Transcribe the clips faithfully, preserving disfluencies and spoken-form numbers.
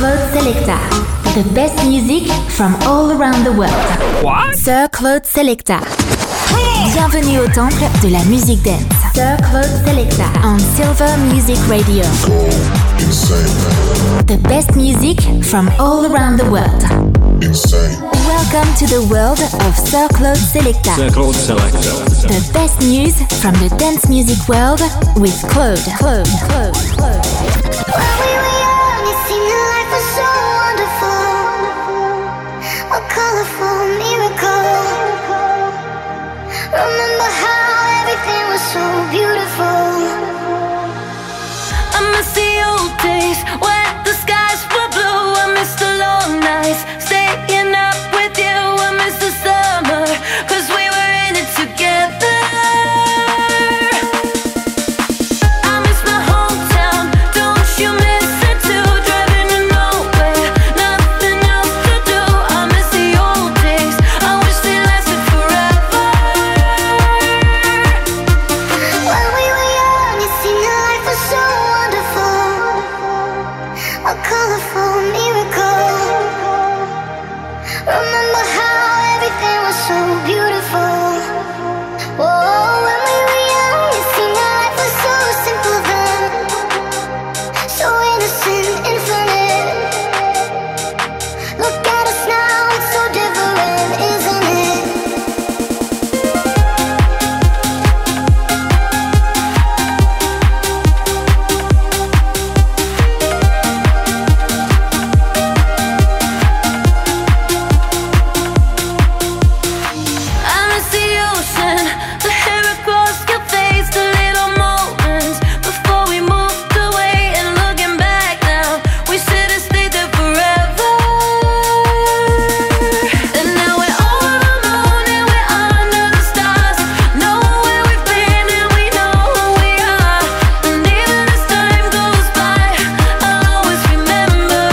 Claude Selecta. The best music from all around the world. What? Sir Claude Selecta. Bienvenue au temple de la musique dance. Sir Claude Selecta on Silver Music Radio. The best music from all around the world. Insane. Welcome to the world of Sir Claude Selecta. Sir Claude Selecta. The best news from the dance music world with Claude. Claude. Claude. Claude. When we were young, it seemed that life was so wonderful. A colorful miracle. Remember how everything was so beautiful. I miss the old days when the skies were blue. I miss the long nights staying up with you. I miss the summer, cause we were in it together. I miss my hometown, don't you miss it too? Driving to nowhere, nothing else to do. I miss the old days, I wish they lasted forever. When we were young, it seemed that life was so wonderful. A colorful miracle. Remember how everything was so beautiful. Oh, when we were young, it seemed that life was so simple then. So innocent, infinite. Look at us now, it's so different, isn't it? I miss the ocean, the hair across your face, the little moments before we moved away. And looking back now, we should have stayed there forever. And now we're all alone and we're under the stars. Know where we've been and we know who we are. And even as time goes by, I'll always remember.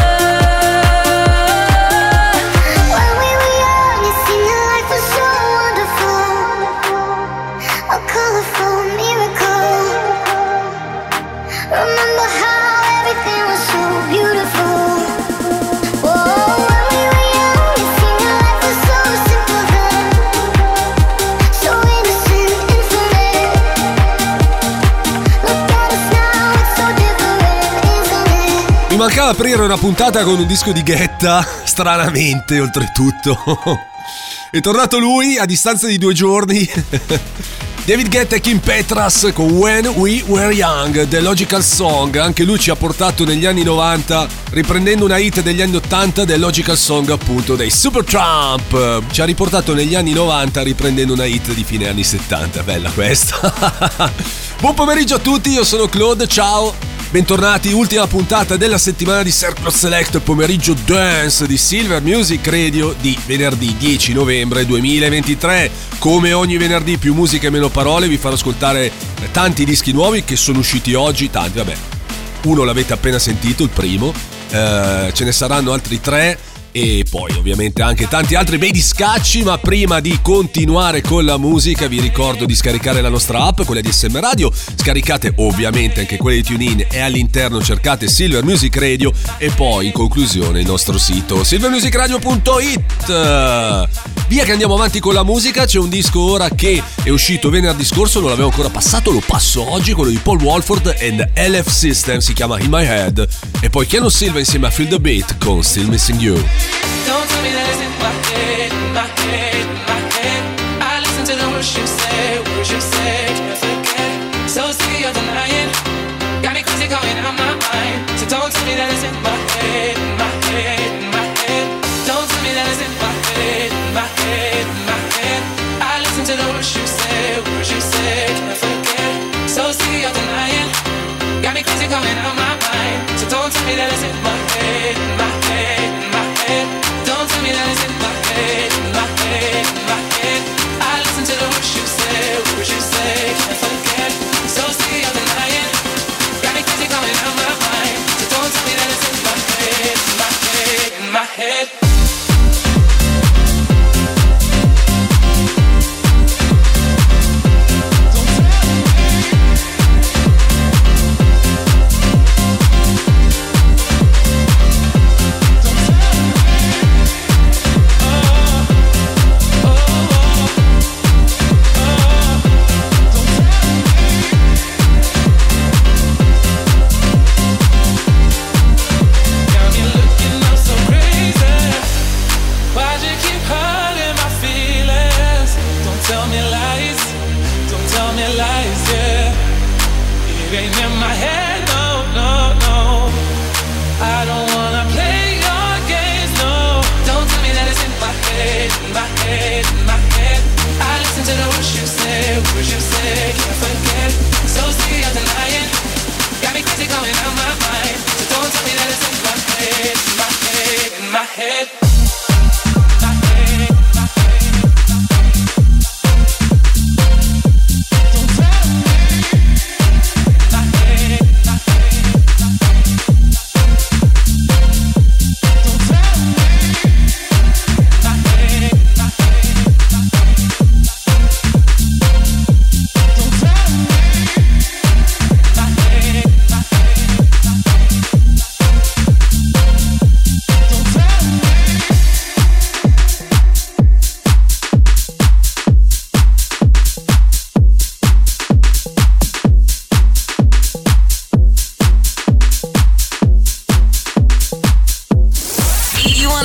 When we were young, it seemed that life was so wonderful. A colorful miracle. Remember how everything was so beautiful. Oh, when we were young, it seemed that life was so simple then. So innocent, infinite. Look at us now, it's so different, isn't it? Mi mancava aprire una puntata con un disco di Guetta, stranamente, oltretutto. È tornato lui a distanza di due giorni. David Guetta e Kim Petras con When We Were Young, The Logical Song. Anche lui ci ha portato negli anni novanta, riprendendo una hit degli anni ottanta, The Logical Song appunto dei Supertramp. Ci ha riportato negli anni novanta riprendendo una hit di fine anni settanta. Bella questa. Buon pomeriggio a tutti, io sono Claude, ciao. Bentornati, ultima puntata della settimana di Sir Claude Select, pomeriggio dance di Silver Music Radio di venerdì dieci novembre duemilaventitré. Come ogni venerdì, più musica e meno parole, vi farò ascoltare tanti dischi nuovi che sono usciti oggi, tanti, vabbè, uno l'avete appena sentito, il primo, eh, ce ne saranno altri tre. E poi ovviamente anche tanti altri bei discacci. Ma prima di continuare con la musica vi ricordo di scaricare la nostra app, quella di S M Radio. Scaricate ovviamente anche quella di TuneIn e all'interno cercate Silver Music Radio. E poi in conclusione il nostro sito silver music radio punto it. Via che andiamo avanti con la musica. C'è un disco ora che è uscito venerdì scorso, non l'avevo ancora passato, lo passo oggi, quello di Paul Walford and L F System, si chiama In My Head. E poi Keanu Silva insieme a Feel the Beat con Still Missing You. Don't tell me that it's in my head, in my head, in my head. I listen to the words you say, words you say, can't forget. So sick of denying, got me crazy going out my mind. So don't tell me that it's in my head, in my head, in my head. Don't tell me that it's in my head, in my head, in my head. I listen to the words you say, words you say, can't forget. So sick of denying, got me crazy going out my mind. So don't tell me that it's in my head, in my head, in my head. Don't tell me that it's in my head, in my head, in my head. I listen to the words you say, words you say.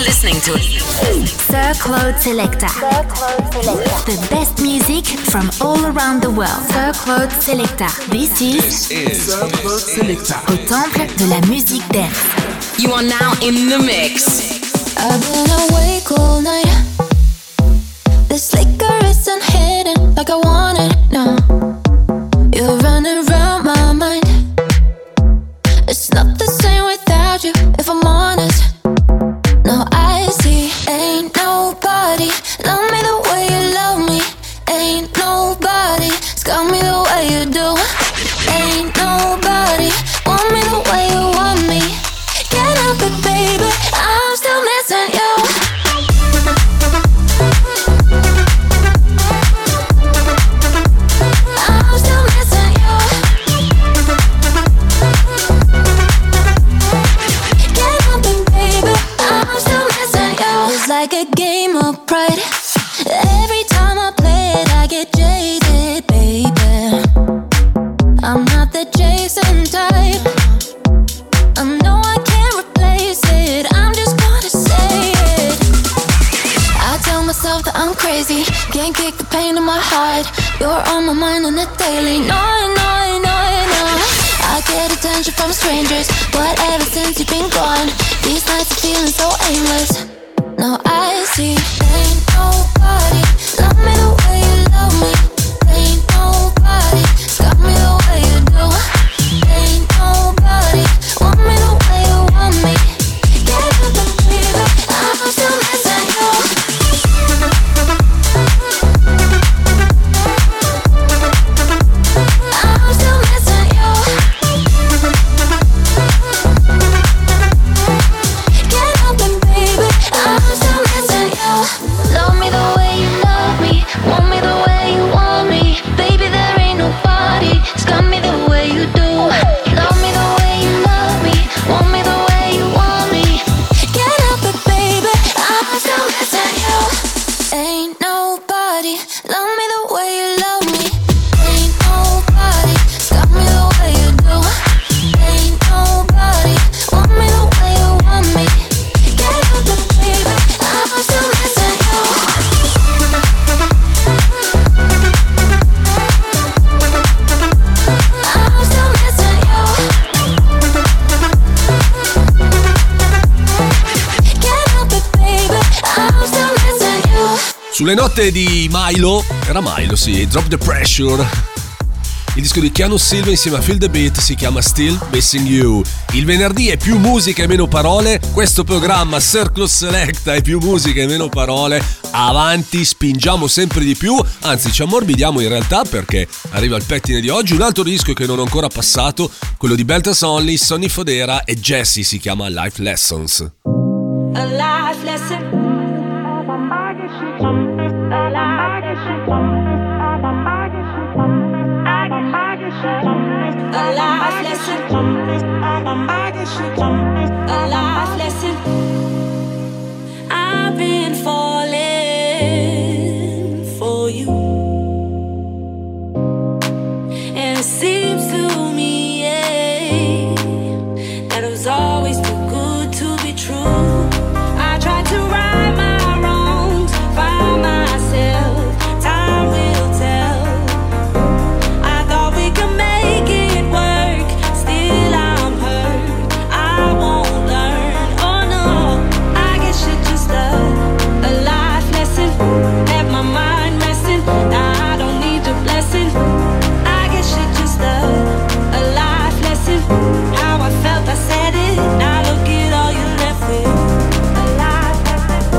listening to Sir Claude Selecta. The best music from all around the world. Sir Claude Selecta. This is, This is Sir Claude Selecta. au temple de la musique dance. You are now in the mix. I've been awake all night. This liquor isn't hidden like I want it, no. You're running around my mind. It's not the same without you, if I'm honest. No, I see, ain't nobody love me the way you love me. Ain't nobody got me the way you do. Ain't nobody want me the way you want me. Can't help it, baby, I'm still missing you. I'm still missing you. Can't help it, baby, I'm still missing you. It's like a game of pride. Every time I play it, I get jaded, baby. I'm not the Jason type. I know I can't replace it, I'm just gonna say it. I tell myself that I'm crazy, can't kick the pain in my heart. You're on my mind on a daily, no, no, no, no. I get attention from strangers, but ever since you've been gone, these nights are feeling so aimless. No, I see, ain't nobody love me the way you love me. Ain't nobody got me the way you do. Ain't nobody want me the way you want me. Get up and baby, I'm still missing you. I'm still missing you. Get up and baby, I'm still missing you. Love me the way you love me, want me the way you want me. Baby, there ain't nobody that's got me the way you do. Love me the way you love me, want me the way you want me. Can't help it, baby, I'm still missing you. Ain't nobody love me the way you love me. Ain't nobody that's got me the way you do. Ain't nobody want me the way you want me. Can't help it, baby, I'm still missing you. I'm still missing you. Can't help it, baby, I'm still missing you. Sulle note di Milo, era Milo, sì, Drop the Pressure. Il disco di Keanu Silva insieme a Feel the Beat si chiama Still Missing You. Il venerdì è più musica e meno parole. Questo programma Sir Claude Selecta è più musica e meno parole. Avanti, spingiamo sempre di più. Anzi, ci ammorbidiamo in realtà, perché arriva il pettine di oggi. Un altro disco che non ho ancora passato, quello di Beltas Only, Sonny Fodera e Jessie, si chiama Life Lessons. A life lesson. A life lesson. A life lesson. I've been falling for you, and it seems to me, yeah, that it was always too good to be true. I tried to right my wrongs, find myself. Time will tell. I thought we could make it work. Still I'm hurt, I won't learn. Oh no, I guess you're just a, a life lesson. Have my mind resting, now I don't need your blessing. I guess you're just a, a life lesson. How I felt, I said it, now look at all you're left with. A life lesson.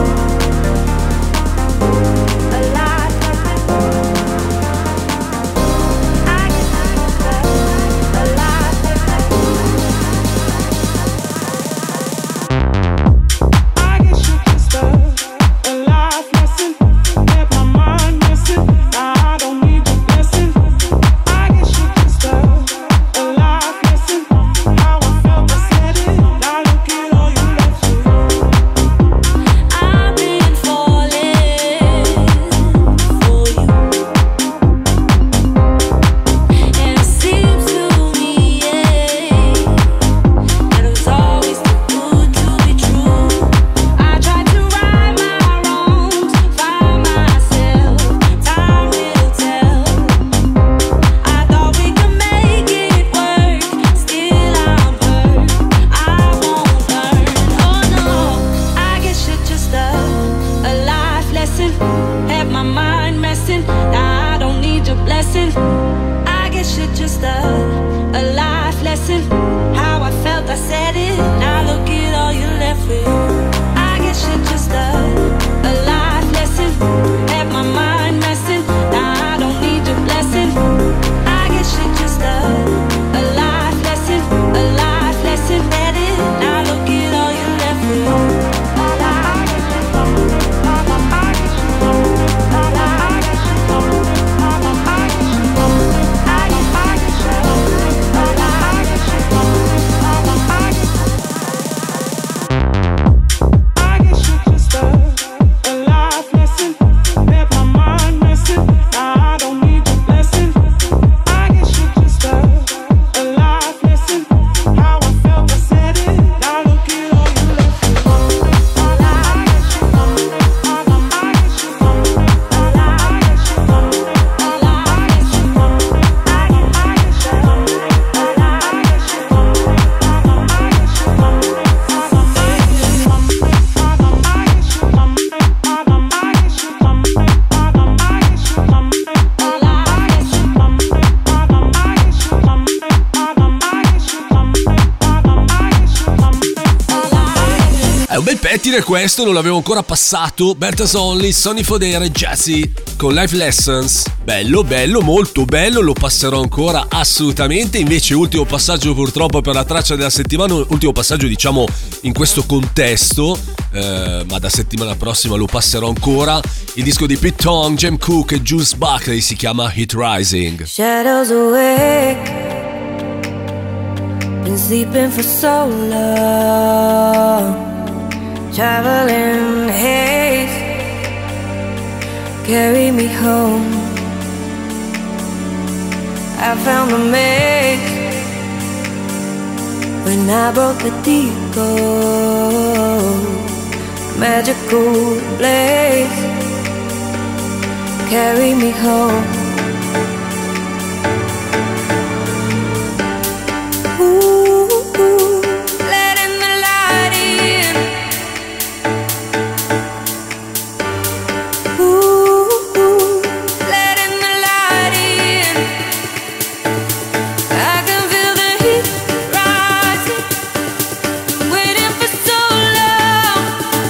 È un bel pettine questo, non l'avevo ancora passato. Berta's Only, Sonny Fodera e Jazzy con Life Lessons. Bello, bello, molto bello, lo passerò ancora assolutamente. Invece ultimo passaggio purtroppo per la traccia della settimana, ultimo passaggio diciamo in questo contesto, eh, ma da settimana prossima lo passerò ancora. Il disco di Pete Tong, Jem Cooke e Juice Buckley si chiama Heat Rising. Shadows awake, been sleeping for so long, traveling haze, carry me home. I found the maze when I broke the deep gold, magical blaze, carry me home. Ooh, ooh, letting the light in. Ooh, ooh, letting the light in. I can feel the heat rising, waiting for so long.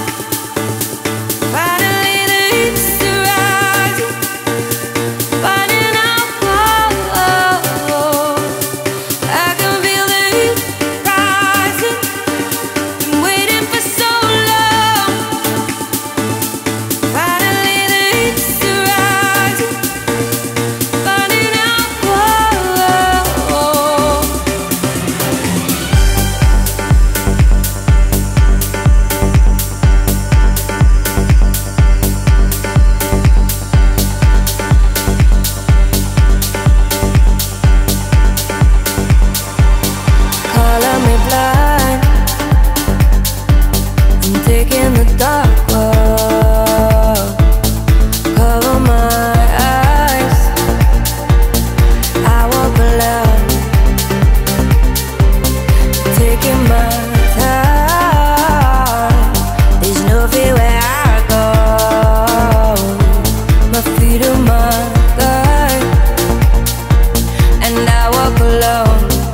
Finally the heat's rising, finding out. Oh, oh, oh. I can feel the heat rising, been waiting for so long. Finally the heat's rising, finding out. Oh, oh, oh. Color me blind, I'm taking the dark walk. Cover my eyes, I walk alone, taking my time. There's no fear where I go, my feet are my guide, and I walk alone.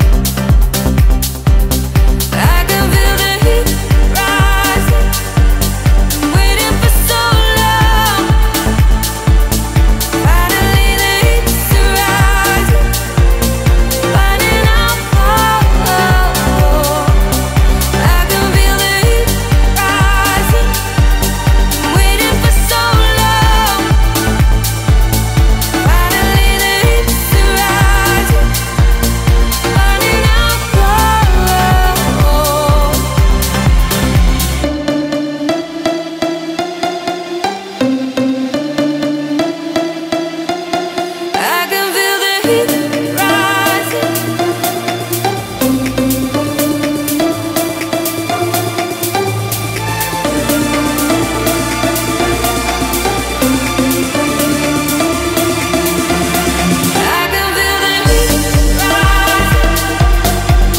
I can feel the heat rising, waiting for so long. Finally the heat's rising, finding out. Oh, oh, oh. I can feel the heat rising, waiting for so long. Finally the heat's rising, finding out. Oh, oh, oh. I can feel the heat rising. I can feel the heat rising.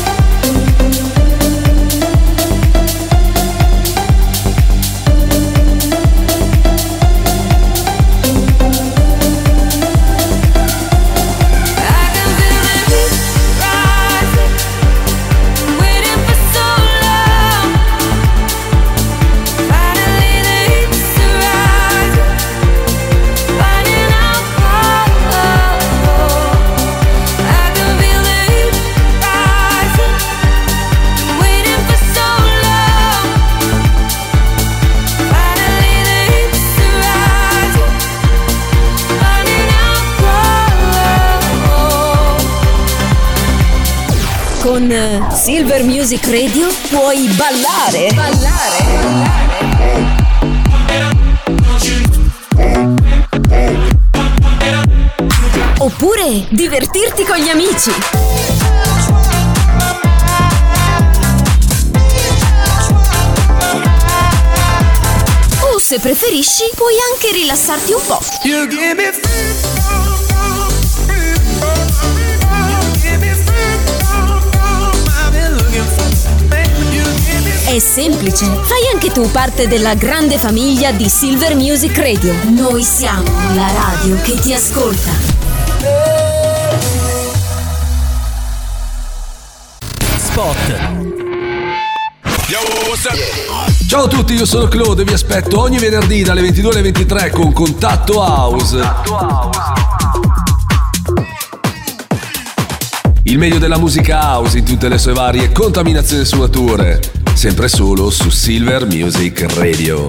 I can feel the heat rising, waiting for so long. Finally the heat's rising, finding out. Oh, oh, oh. I can feel the heat rising, waiting for so long. Finally the heat's rising, finding out. Oh, oh, oh. Con eh, Silver Music Radio puoi ballare. Ballare. Oppure divertirti con gli amici. O se preferisci puoi anche rilassarti un po'. You give me È semplice, fai anche tu parte della grande famiglia di Silver Music Radio. Noi siamo la radio che ti ascolta. Spot. Yo, what's up? Ciao a tutti, io sono Claude e vi aspetto ogni venerdì dalle ventidue alle ventitré con Contatto House. Il meglio della musica house in tutte le sue varie contaminazioni e sfumature, sempre solo su Silver Music Radio.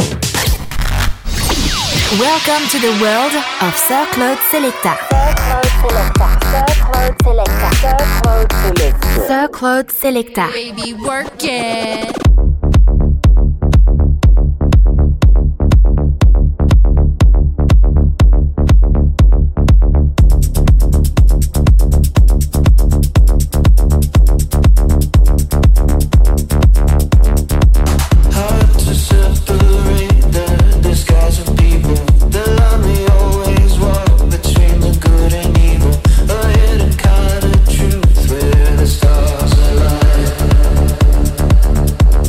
Welcome to the world of Sir Claude Selecta. Sir Claude Selecta. Baby, work it. Stars align.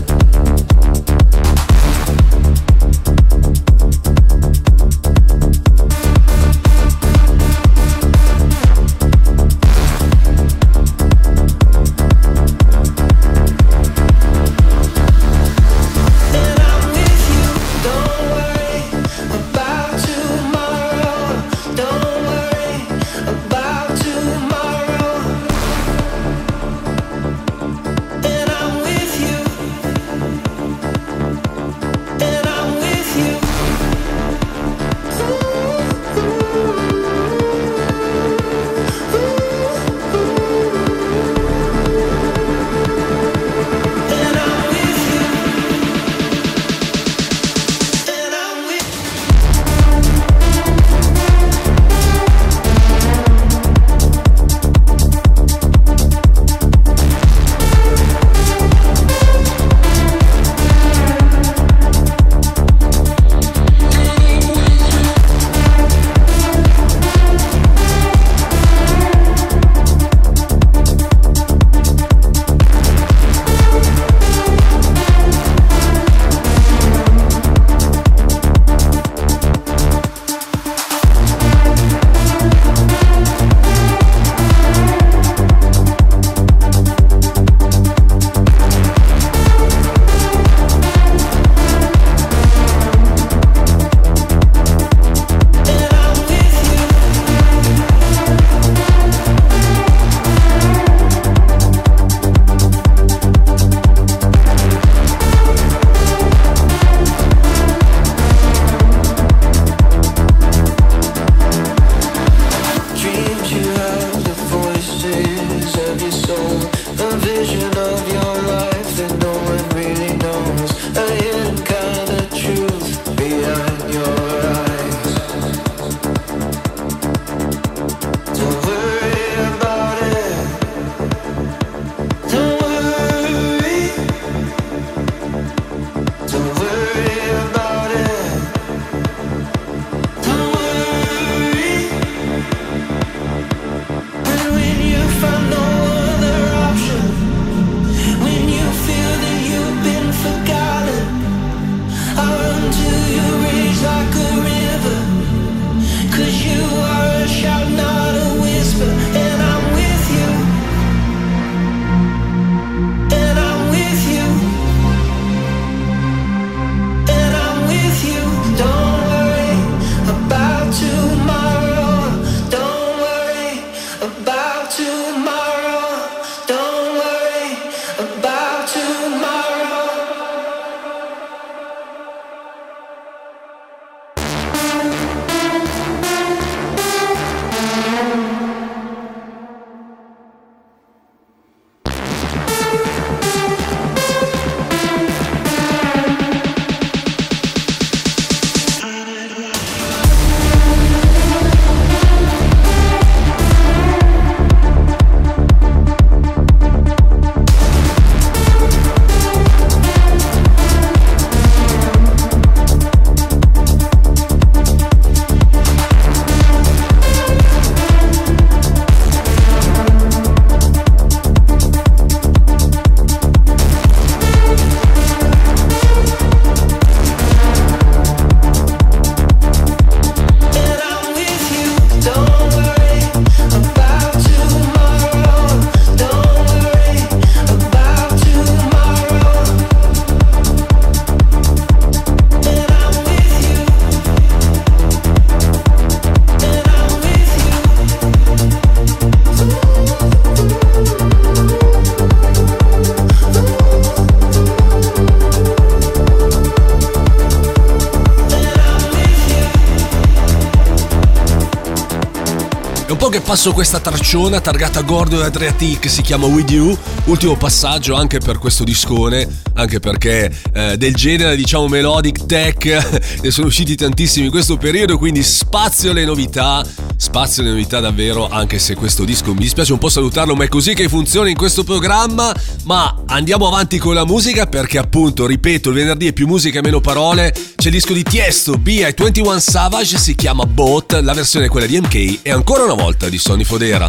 che passo questa tracciona targata Gordo e Adriatic, si chiama With You, ultimo passaggio anche per questo discone, anche perché eh, del genere diciamo melodic tech ne sono usciti tantissimi in questo periodo, quindi spazio alle novità, spazio alle novità davvero, anche se questo disco mi dispiace un po' salutarlo, ma è così che funziona in questo programma. Ma andiamo avanti con la musica, perché appunto, ripeto, il venerdì è più musica e meno parole. C'è il disco di Tiesto, Bia e ventuno Savage, si chiama Boat, la versione è quella di M K e ancora una volta di Sonny Fodera.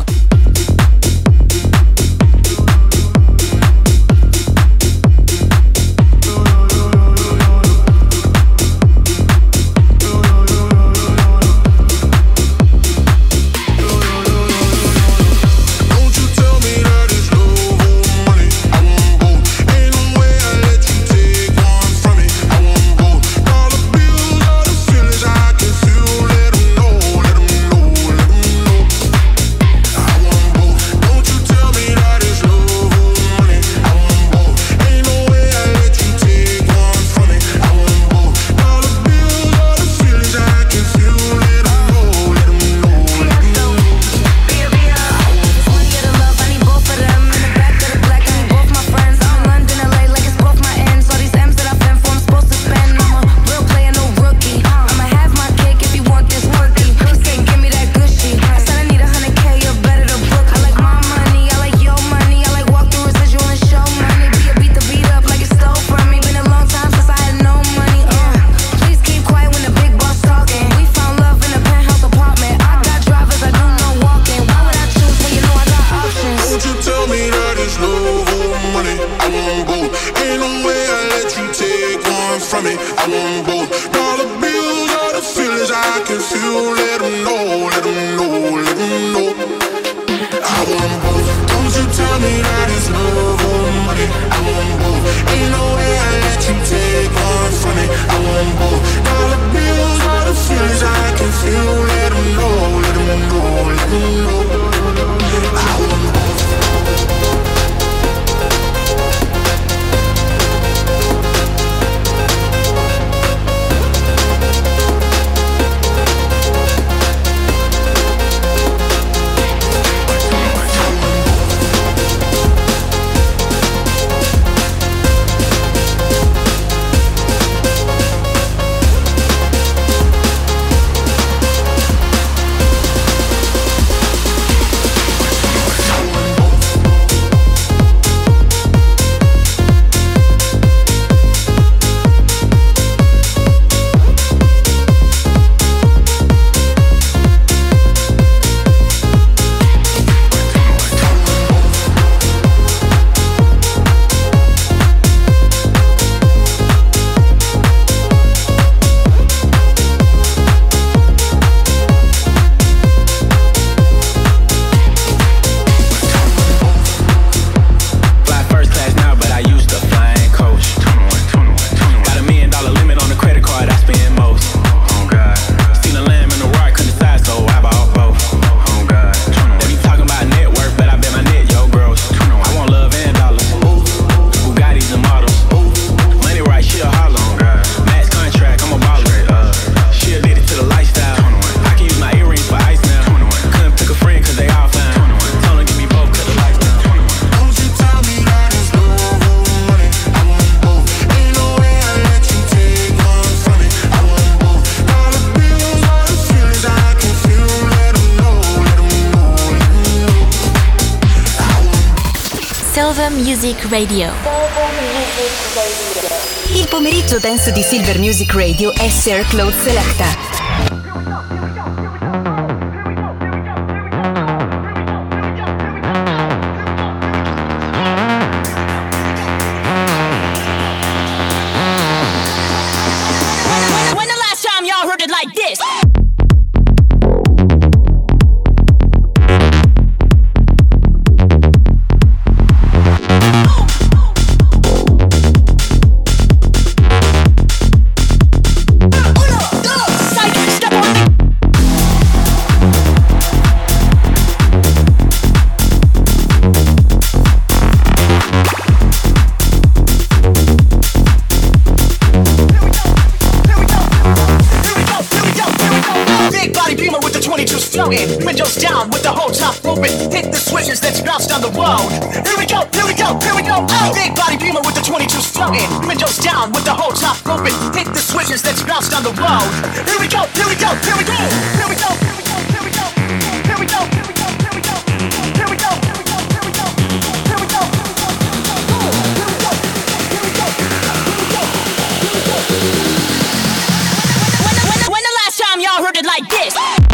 Silver Music Radio. Il pomeriggio dance di Silver Music Radio è Sir Claude Selecta. Windows windows down with the whole top open. Hit the switches, let's bounce down the road. Here we go, here we go, here we go. Oh, big body Beamer with the twenty-two floating. Windows down with the whole top open. Hit the switches, let's bounce down the road. Here we go, here we go, here we go. Here we go, here we go, here we go. Here we go, here we go, here we go. Here we go, here we go, here we go. Here we go, here we go, here we go. Here we go, here we go, here we go. When, when, when the last time y'all heard it like this?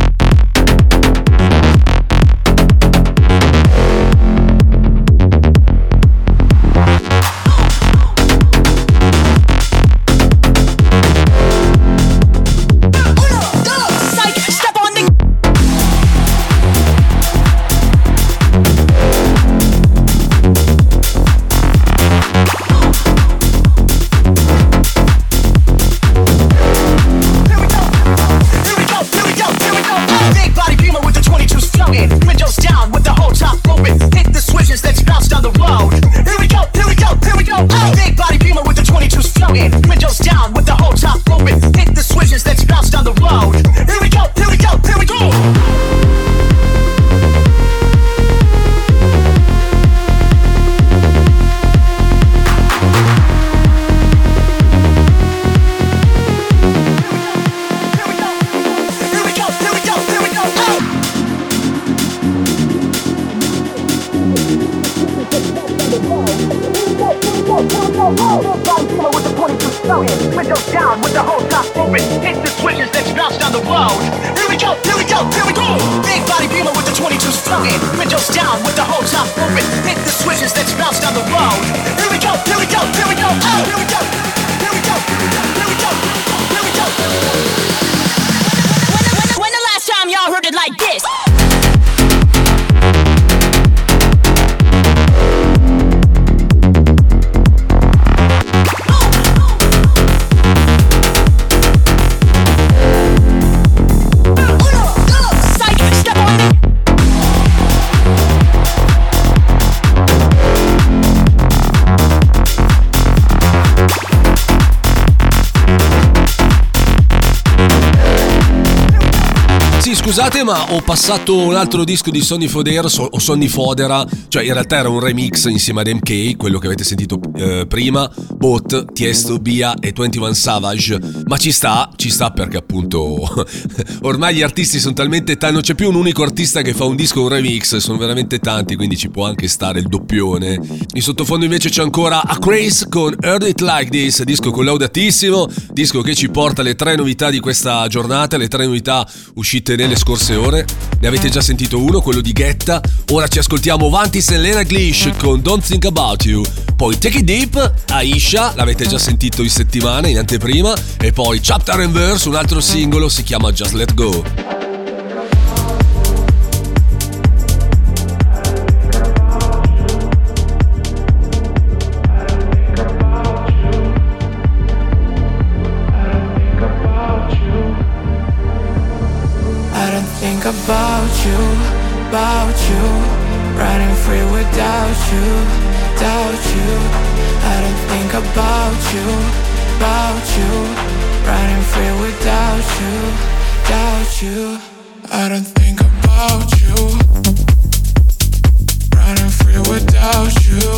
Scusate, ma ho passato un altro disco di Sonny Fodera o Sonny Fodera, cioè in realtà era un remix insieme ad M K, quello che avete sentito eh, prima, Boat, Tiesto, Bia e ventuno Savage, ma ci sta, ci sta perché appunto ormai gli artisti sono talmente tanti, non c'è più un unico artista che fa un disco o un remix, sono veramente tanti, quindi ci può anche stare il doppione. In sottofondo invece c'è ancora A Craze con Heard It Like This, disco collaudatissimo, disco che ci porta le tre novità di questa giornata, le tre novità uscite nelle scorse ore. Ne avete già sentito uno, quello di Guetta. Ora ci ascoltiamo Vantis e Lena Glish con Don't Think About You. Poi Take It Deep, Aisha, l'avete già sentito in settimana, in anteprima. E poi Chapter and Verse, un altro singolo, si chiama Just Let Go. About you, about you, running free without you, without you. I don't think about you, about you, running free without you, without you. I don't think about you, running free without you.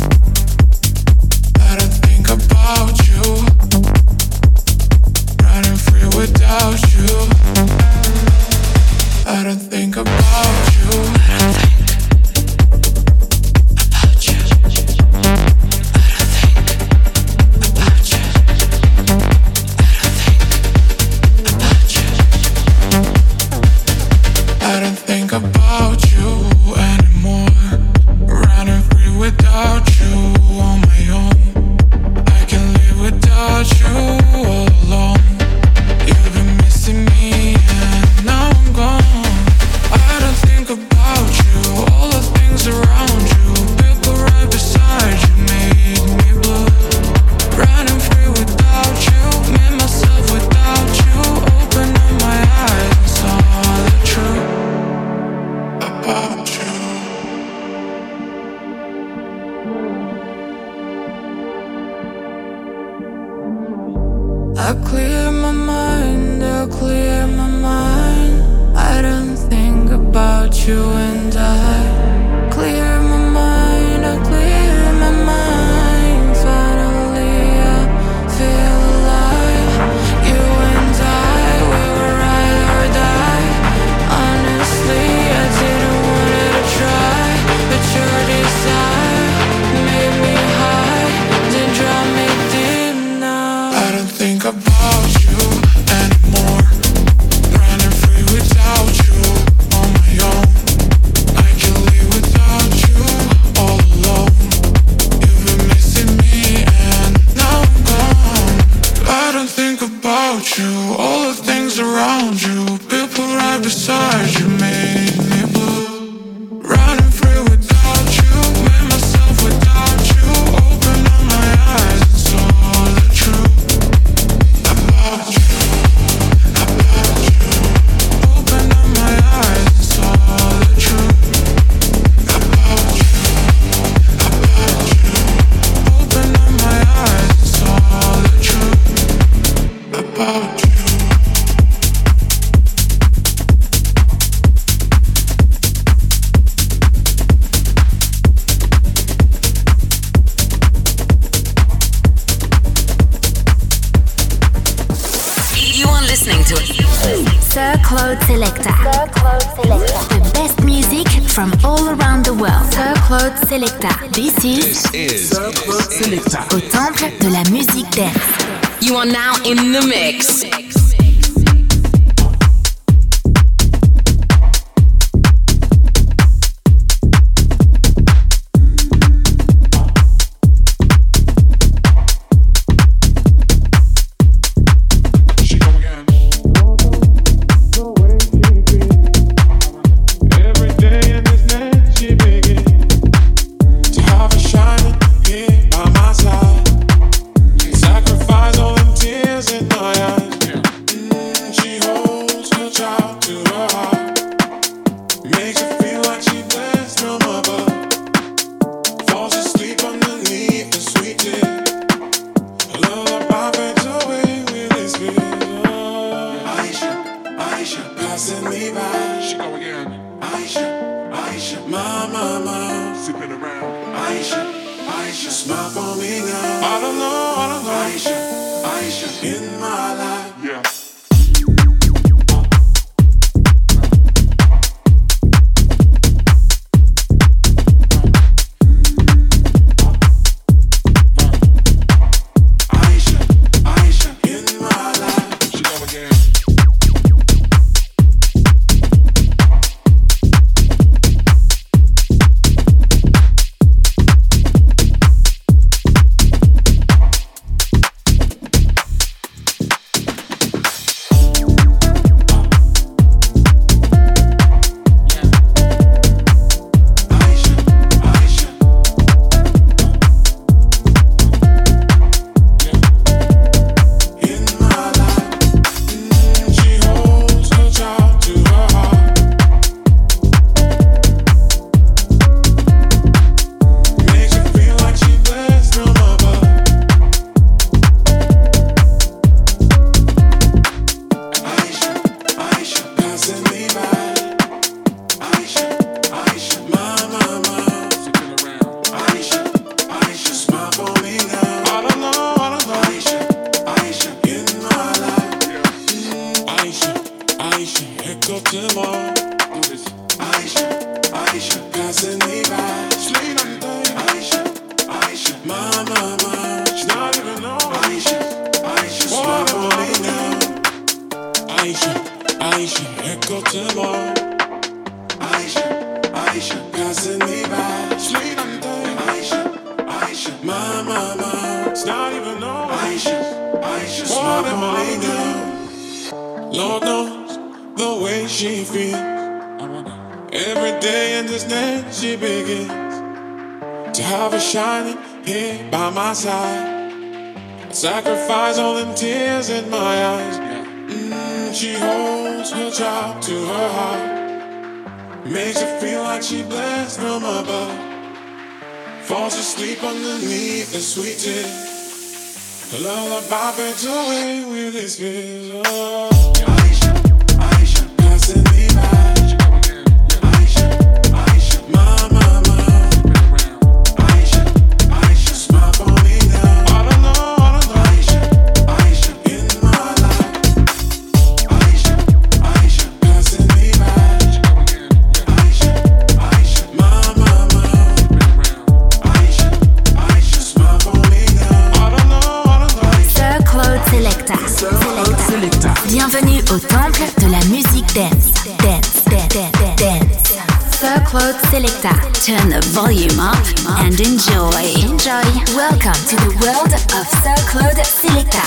I don't think about you, running free without you. I don't think about you. I don't think about you. I don't think about you. I don't think about you anymore. Running free without you on my own. I can live without you all alone. You've been missing me and now I'm gone. I don't think about you, all the things around you. People right beside you made me blue. Running free without you, made myself without you. Open up my eyes and saw the truth about you. I clear my mind, I clear my mind. I don't think about you and I. Clear my mind, I clear my mind. Finally I feel alive. You and I, we were ride or die. Honestly, I didn't want it to try, but your desire made me high, then drown me deep now. I don't think about you anymore. Running free without you on my own. I can live without you all alone. You've been missing me and now I'm gone. I don't think about you, all the things around you. People right beside you made me blue. Running free without you, made myself without you. Open up my eyes and saw the truth about you. Sir Claude Selecta. Sir Claude Selecta. The best music from all around the world. Sir Claude Selecta. This is, This is Sir Claude Selecta. Au temple de la musique dance. You are now in the mix. Sacrifice all them tears in my eyes. Mm, she holds her child to her heart. Makes her feel like she blessed from above. Falls asleep underneath the sweet tea. Her lullaby fades away with his kiss. Oh. Aisha, Aisha, passing me by. Aisha, Selecta. Selecta. Bienvenue au temple de la musique dance. Dance, dance, dance, dance. Sir Claude Selecta. Turn the volume up and enjoy. Enjoy. Welcome to the world of Sir Claude Selecta.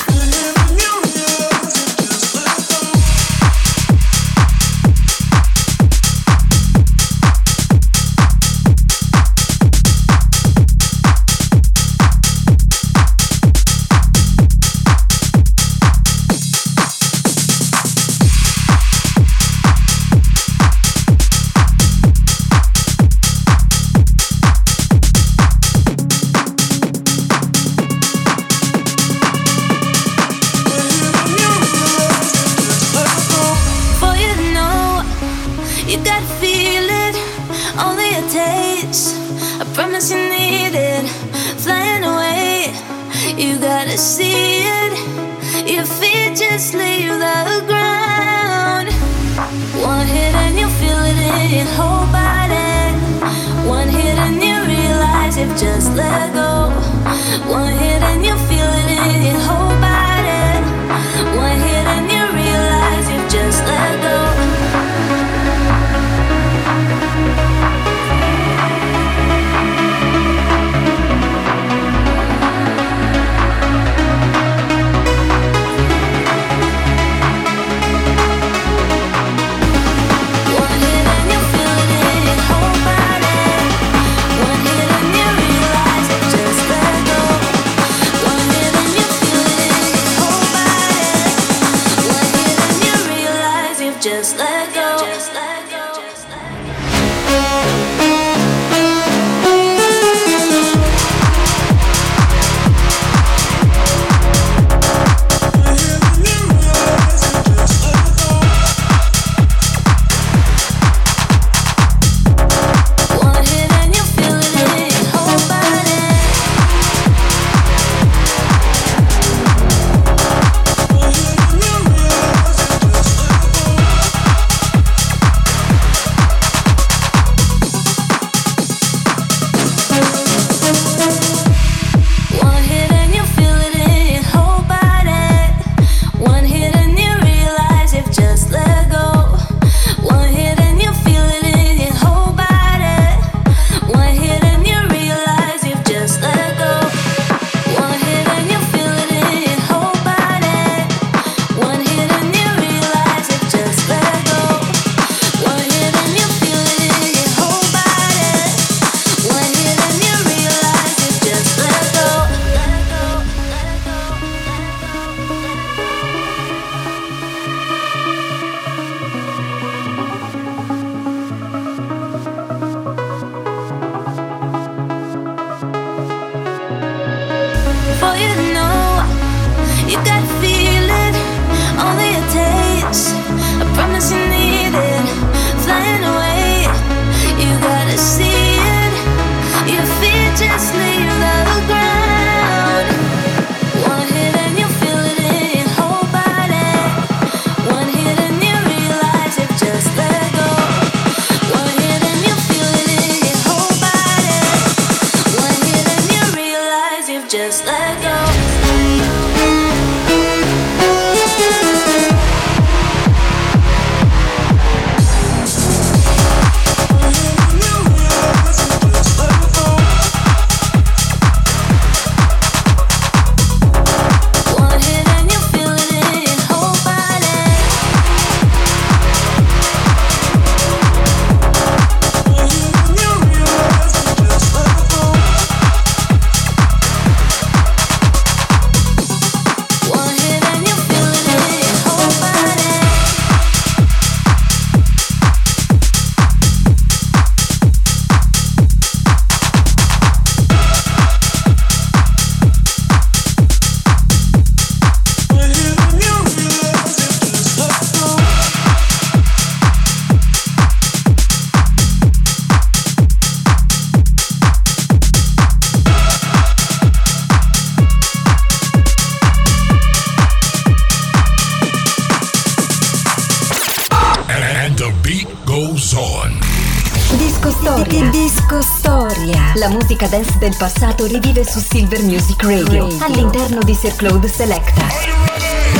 Storia. Disco Storia. La musica dance del passato rivive su Silver Music Radio all'interno di Sir Claude Selecta.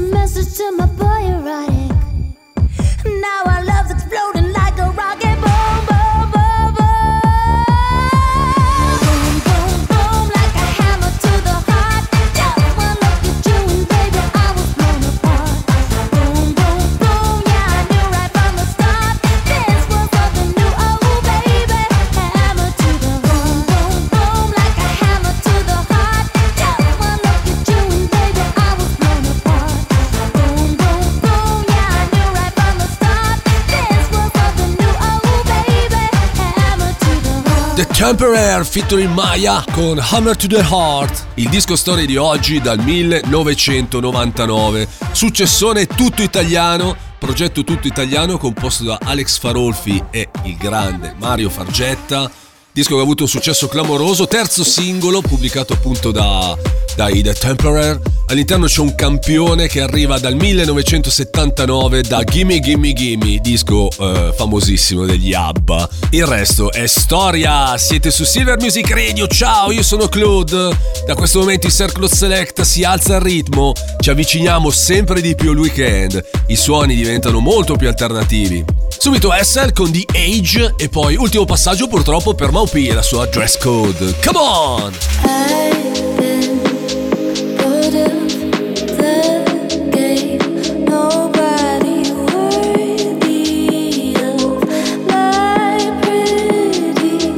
message to my boy erotic. Now our love's exploding like a rocket. Boom, boom, boom, boom. Boom, boom, boom, like a hammer to the heart. Just one look at you and baby, I was blown apart. Boom, boom, boom, yeah, I knew right from the start. This was something new, oh baby. Hammer to the heart. Boom, boom, like a hammer to the heart. Just one look at you and baby, I was blown apart. Boom, boom, boom, yeah, I knew right from the start. This was something new, oh baby. Hammer to the heart. The Temporary featuring Maya con Hammer to the Heart, il disco storia di oggi dal millenovecentonovantanove, successone tutto italiano, progetto tutto italiano composto da Alex Farolfi e il grande Mario Fargetta, disco che ha avuto un successo clamoroso, terzo singolo pubblicato appunto da, dai The Temporary. All'interno c'è un campione che arriva dal millenovecentosettantanove da Gimme Gimme Gimme, disco eh, famosissimo degli ABBA. Il resto è storia. Siete su Silver Music Radio, ciao, io sono Claude. Da questo momento il Circle Select si alza il ritmo, ci avviciniamo sempre di più al weekend, i suoni diventano molto più alternativi. Subito Essel con The Age e poi ultimo passaggio purtroppo per Maupi e la sua Dress Code. Come on! I've been bored of the game. Nobody worthy of my pretty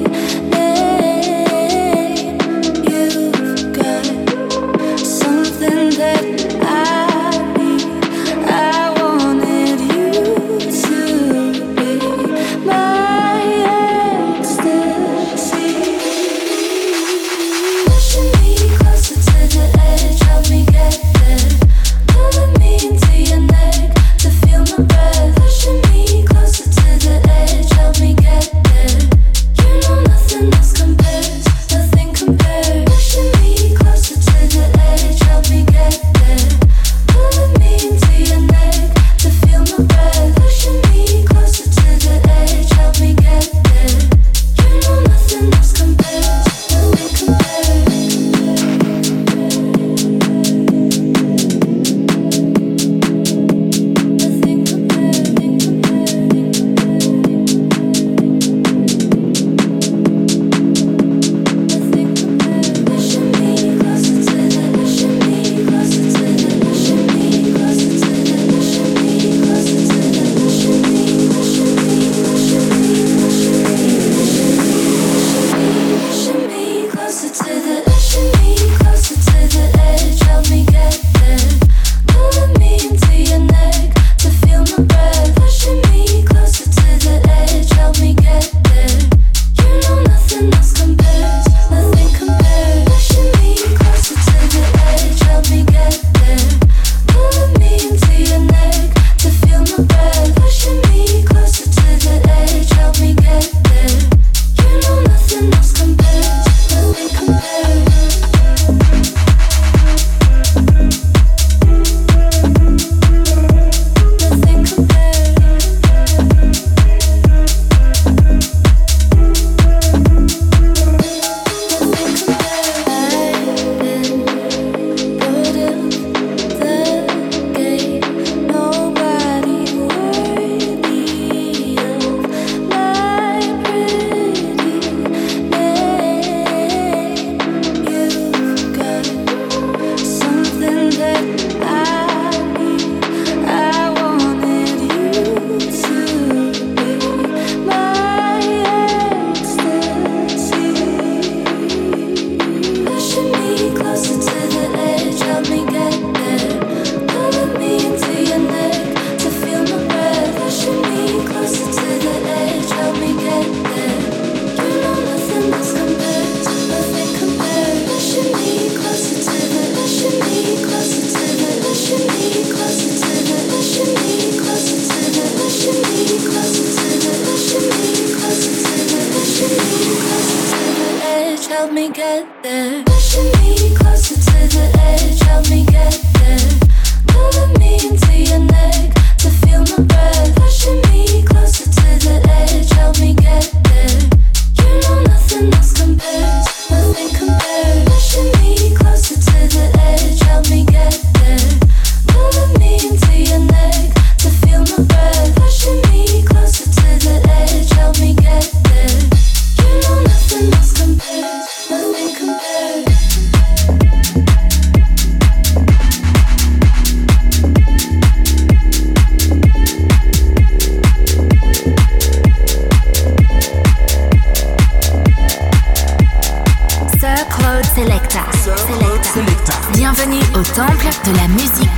name. You've got something that I need. I wanted you to be my ecstasy. Pushing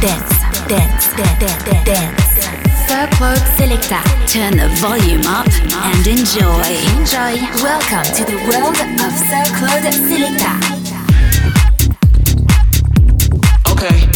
dance, dance, dance, dance. Sir Claude Selecta. Turn the volume up and enjoy. Enjoy. Welcome to the world of Sir Claude Selecta. Okay.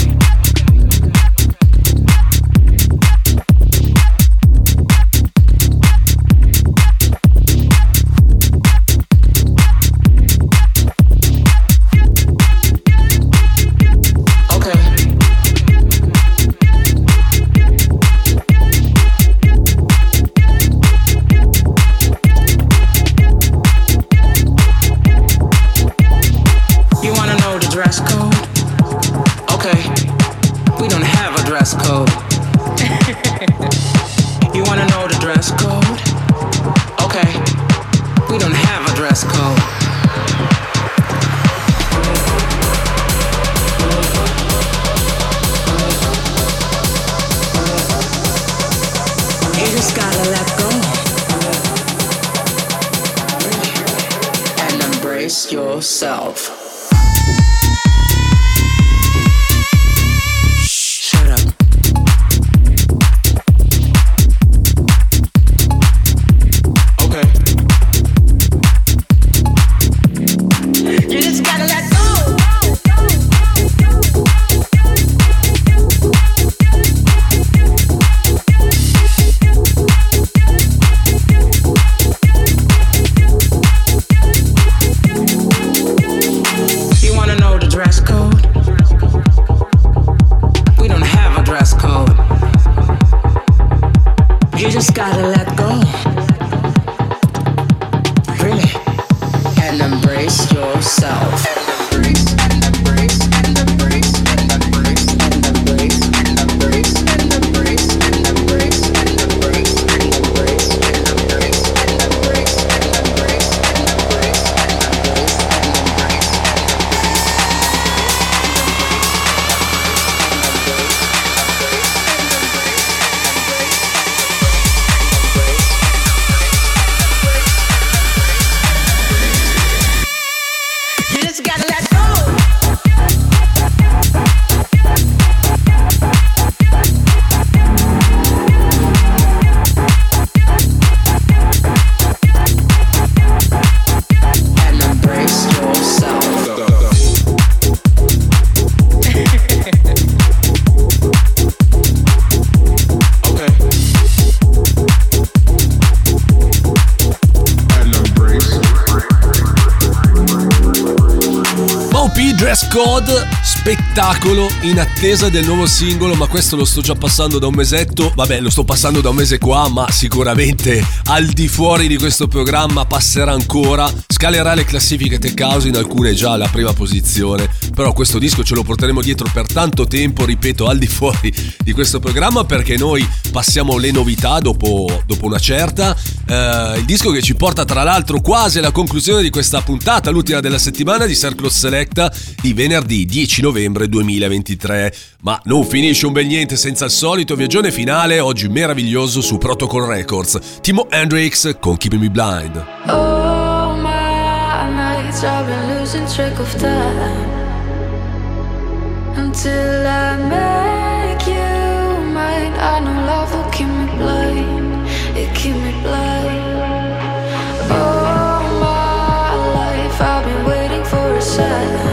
Yourself. Dress Code, spettacolo in attesa del nuovo singolo, ma questo lo sto già passando da un mesetto, vabbè lo sto passando da un mese qua, ma sicuramente al di fuori di questo programma passerà ancora, scalerà le classifiche Tech House, in alcune già alla prima posizione, però questo disco ce lo porteremo dietro per tanto tempo, ripeto, al di fuori di questo programma, perché noi passiamo le novità dopo, dopo una certa, eh, il disco che ci porta tra l'altro quasi alla conclusione di questa puntata, l'ultima della settimana di Sir Claude Selecta di venerdì dieci novembre duemilaventitré, ma non finisce un bel niente senza il solito viaggione finale, oggi meraviglioso su Protocol Records, Timo Hendrix con Keeping Me Blind. Oh my nights, I've been losing track of time until I make you mine. I know love will keep me blind, it keep me blind. Oh my life, I've been waiting for a sign.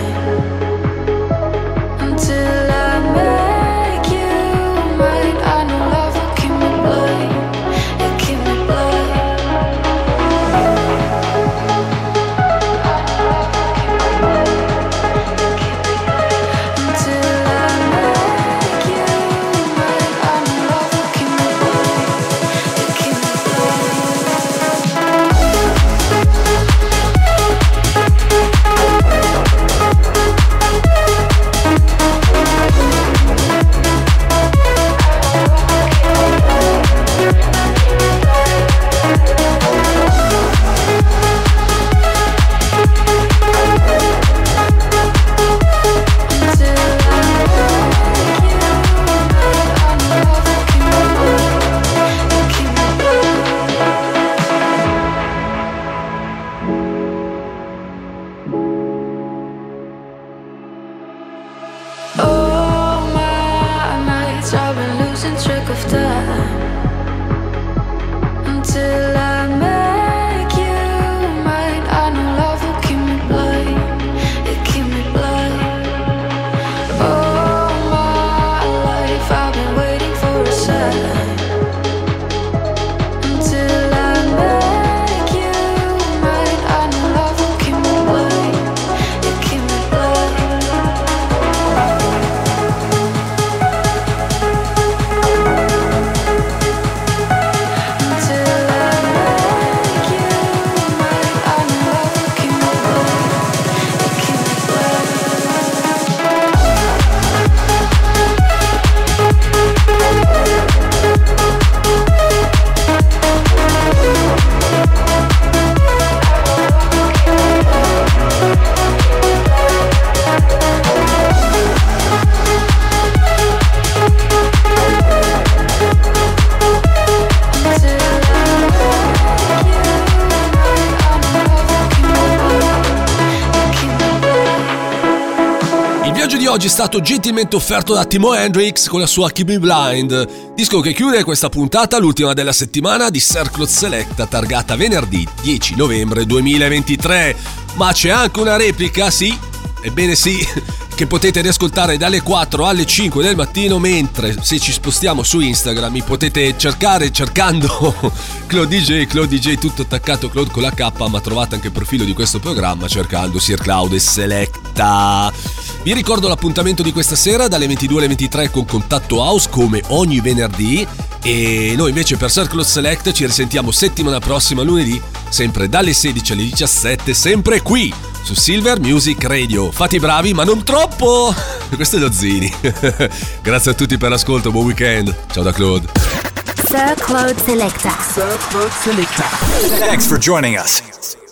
oggi è stato gentilmente offerto da Timo Hendrix con la sua Keep Me Blind, disco che chiude questa puntata, l'ultima della settimana di Sir Claude Selecta, targata venerdì dieci novembre duemilaventitré. Ma c'è anche una replica, sì, ebbene sì, che potete riascoltare dalle quattro alle cinque del mattino, mentre se ci spostiamo su Instagram mi potete cercare cercando Claude D J, Claude D J tutto attaccato, Claude con la K, ma trovate anche il profilo di questo programma cercando Sir Claude Selecta. Vi ricordo l'appuntamento di questa sera dalle ventidue alle ventitré con Contatto House come ogni venerdì, e noi invece per Sir Claude Select ci risentiamo settimana prossima lunedì, sempre dalle sedici alle diciassette, sempre qui su Silver Music Radio. Fate i bravi, ma non troppo! Questo è lo Zini. Grazie a tutti per l'ascolto, buon weekend. Ciao da Claude. Sir Claude Selecta. Sir Claude Selecta. Thanks for joining us.